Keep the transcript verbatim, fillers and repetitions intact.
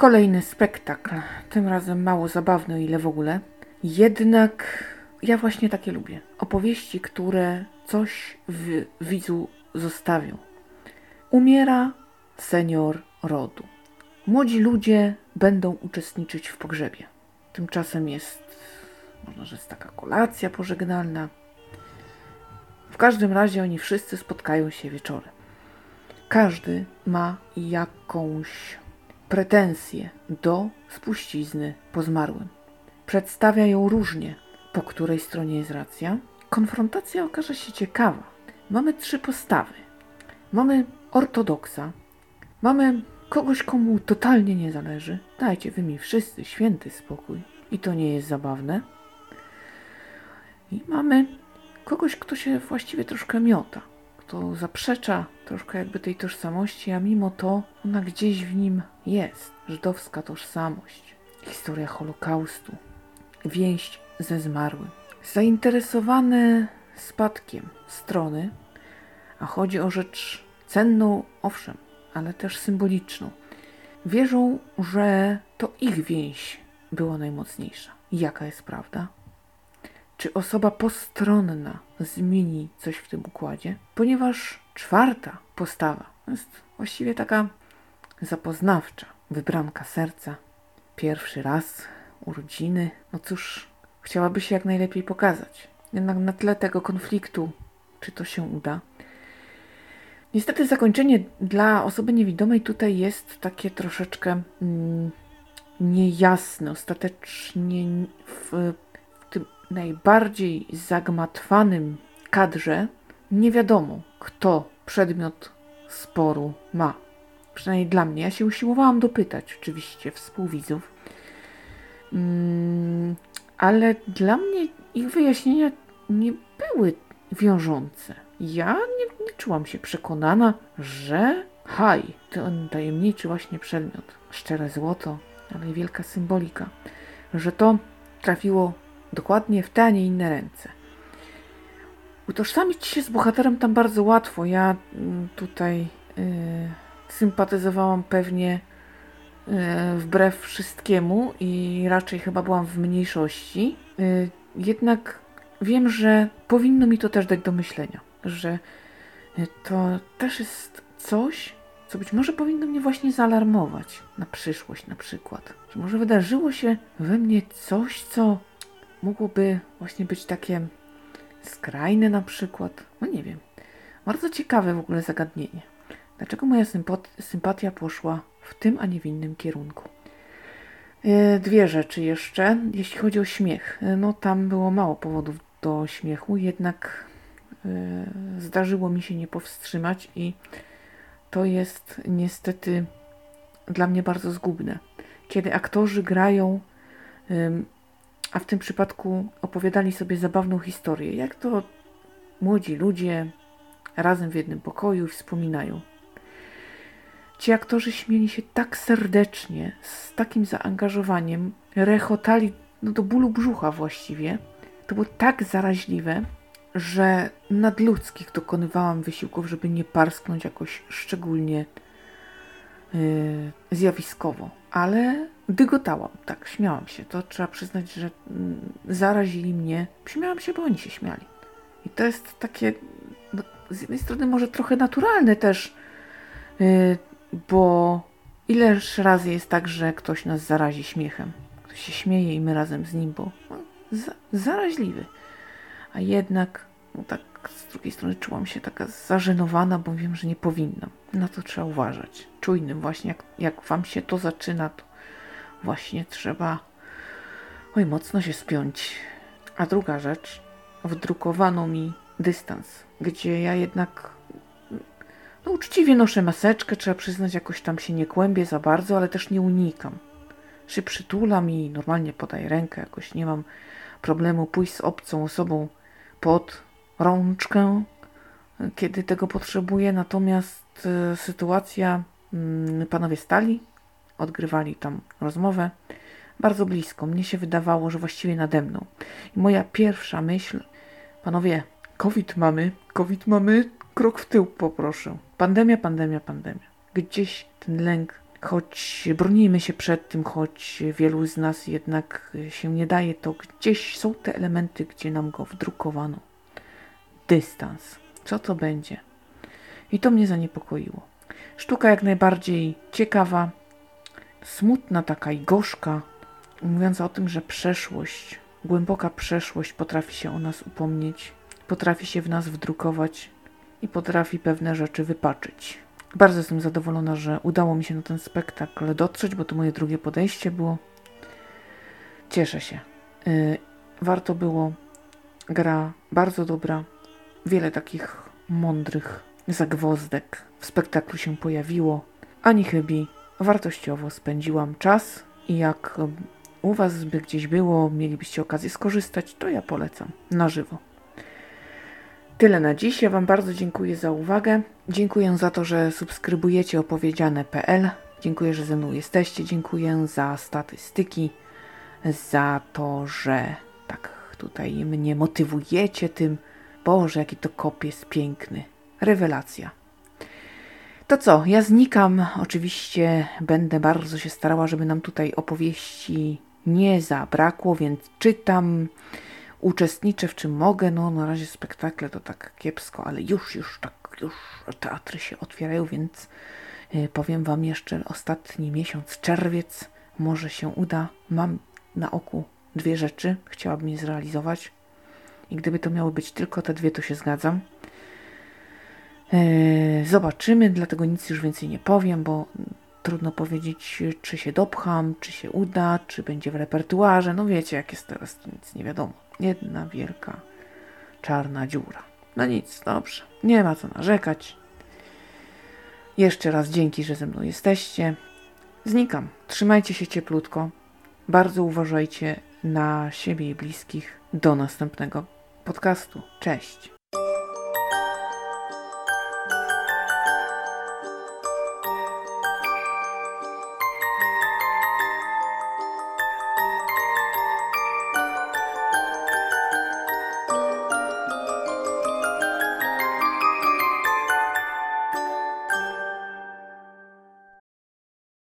Kolejny spektakl, tym razem mało zabawny, o ile w ogóle. Jednak ja właśnie takie lubię. Opowieści, które coś w widzu zostawią. Umiera senior rodu. Młodzi ludzie będą uczestniczyć w pogrzebie. Tymczasem jest, można rzec, taka kolacja pożegnalna. W każdym razie oni wszyscy spotkają się wieczorem. Każdy ma jakąś pretensję do spuścizny po zmarłym. Przedstawia ją różnie, po której stronie jest racja. Konfrontacja okaże się ciekawa. Mamy trzy postawy. Mamy ortodoksa, mamy kogoś, komu totalnie nie zależy. Dajcie wy mi wszyscy święty spokój. I to nie jest zabawne. I mamy kogoś, kto się właściwie troszkę miota. Kto zaprzecza troszkę jakby tej tożsamości, a mimo to ona gdzieś w nim jest. Żydowska tożsamość. Historia Holokaustu. Więź ze zmarłym. Zainteresowane spadkiem strony, a chodzi o rzecz cenną, owszem, ale też symboliczną. Wierzą, że to ich więź była najmocniejsza. Jaka jest prawda? Czy osoba postronna zmieni coś w tym układzie? Ponieważ czwarta postawa jest właściwie taka zapoznawcza. Wybranka serca. Pierwszy raz, urodziny. No cóż, chciałaby się jak najlepiej pokazać. Jednak na tle tego konfliktu, czy to się uda? Niestety zakończenie dla osoby niewidomej tutaj jest takie troszeczkę mm, niejasne. Ostatecznie w, w tym najbardziej zagmatwanym kadrze nie wiadomo, kto przedmiot sporu ma. Przynajmniej dla mnie. Ja się usiłowałam dopytać oczywiście współwidzów, mm, ale dla mnie ich wyjaśnienia nie były wiążące. Ja nie, nie czułam się przekonana, że haj, ten tajemniczy właśnie przedmiot, szczere złoto, ale i wielka symbolika, że to trafiło dokładnie w te, a nie inne ręce. Utożsamić się z bohaterem tam bardzo łatwo. Ja tutaj yy, sympatyzowałam pewnie yy, wbrew wszystkiemu i raczej chyba byłam w mniejszości. Yy, jednak wiem, że powinno mi to też dać do myślenia, że to też jest coś, co być może powinno mnie właśnie zaalarmować na przyszłość na przykład. Że może wydarzyło się we mnie coś, co mogłoby właśnie być takie skrajne na przykład. No nie wiem. Bardzo ciekawe w ogóle zagadnienie. Dlaczego moja sympat- sympatia poszła w tym, a nie w innym kierunku? Yy, dwie rzeczy jeszcze, jeśli chodzi o śmiech. Yy, no tam było mało powodów do śmiechu, jednak yy, zdarzyło mi się nie powstrzymać i to jest niestety dla mnie bardzo zgubne. Kiedy aktorzy grają, yy, a w tym przypadku opowiadali sobie zabawną historię, jak to młodzi ludzie razem w jednym pokoju wspominają. Ci aktorzy śmieli się tak serdecznie, z takim zaangażowaniem, rechotali no do bólu brzucha właściwie. To było tak zaraźliwe, że nadludzkich dokonywałam wysiłków, żeby nie parsknąć jakoś szczególnie yy, zjawiskowo. Ale dygotałam, tak, śmiałam się. To trzeba przyznać, że mm, zarazili mnie. Śmiałam się, bo oni się śmiali. I to jest takie, no, z jednej strony może trochę naturalne też, yy, bo ileż razy jest tak, że ktoś nas zarazi śmiechem. Ktoś się śmieje i my razem z nim, bo no, za, zaraźliwy. A jednak, no tak z drugiej strony czułam się taka zażenowana, bo wiem, że nie powinnam. Na to trzeba uważać. Czujnym właśnie, jak, jak wam się to zaczyna, to właśnie trzeba oj, mocno się spiąć. A druga rzecz, wdrukowano mi dystans, gdzie ja jednak no uczciwie noszę maseczkę, trzeba przyznać, jakoś tam się nie kłębię za bardzo, ale też nie unikam. Się przytulam i normalnie podaję rękę, jakoś nie mam problemu pójść z obcą osobą pod rączkę, kiedy tego potrzebuję, natomiast y, sytuacja, y, panowie stali, odgrywali tam rozmowę bardzo blisko. Mnie się wydawało, że właściwie nade mną. I moja pierwsza myśl, panowie, COVID mamy, COVID mamy, krok w tył poproszę. Pandemia, pandemia, pandemia. Gdzieś ten lęk choć bronimy się przed tym, choć wielu z nas jednak się nie daje, to gdzieś są te elementy, gdzie nam go wdrukowano. Dystans. Co to będzie? I to mnie zaniepokoiło. Sztuka jak najbardziej ciekawa, smutna taka i gorzka, mówiąca o tym, że przeszłość, głęboka przeszłość potrafi się o nas upomnieć, potrafi się w nas wdrukować i potrafi pewne rzeczy wypaczyć. Bardzo jestem zadowolona, że udało mi się na ten spektakl dotrzeć, bo to moje drugie podejście było. Cieszę się. Yy, warto było. Gra bardzo dobra. Wiele takich mądrych zagwozdek w spektaklu się pojawiło. Ani chybi. Wartościowo spędziłam czas i jak u was by gdzieś było, mielibyście okazję skorzystać, to ja polecam na żywo. Tyle na dziś. Ja wam bardzo dziękuję za uwagę. Dziękuję za to, że subskrybujecie opowiedziane kropka p l. Dziękuję, że ze mną jesteście. Dziękuję za statystyki, za to, że tak tutaj mnie motywujecie tym. Boże, jaki to kop jest piękny. Rewelacja. To co, ja znikam. Oczywiście będę bardzo się starała, żeby nam tutaj opowieści nie zabrakło, więc czytam, uczestniczę w czym mogę. No na razie spektakle to tak kiepsko, ale już, już tak, już teatry się otwierają, więc yy, powiem wam jeszcze ostatni miesiąc, czerwiec, może się uda. Mam na oku dwie rzeczy, chciałabym je zrealizować i gdyby to miały być tylko te dwie, to się zgadzam. Yy, zobaczymy, dlatego nic już więcej nie powiem, bo trudno powiedzieć, czy się dopcham, czy się uda, czy będzie w repertuarze. No wiecie, jak jest teraz, to nic nie wiadomo. Jedna wielka czarna dziura. No nic, dobrze. Nie ma co narzekać. Jeszcze raz dzięki, że ze mną jesteście. Znikam. Trzymajcie się cieplutko. Bardzo uważajcie na siebie i bliskich. Do następnego podcastu. Cześć.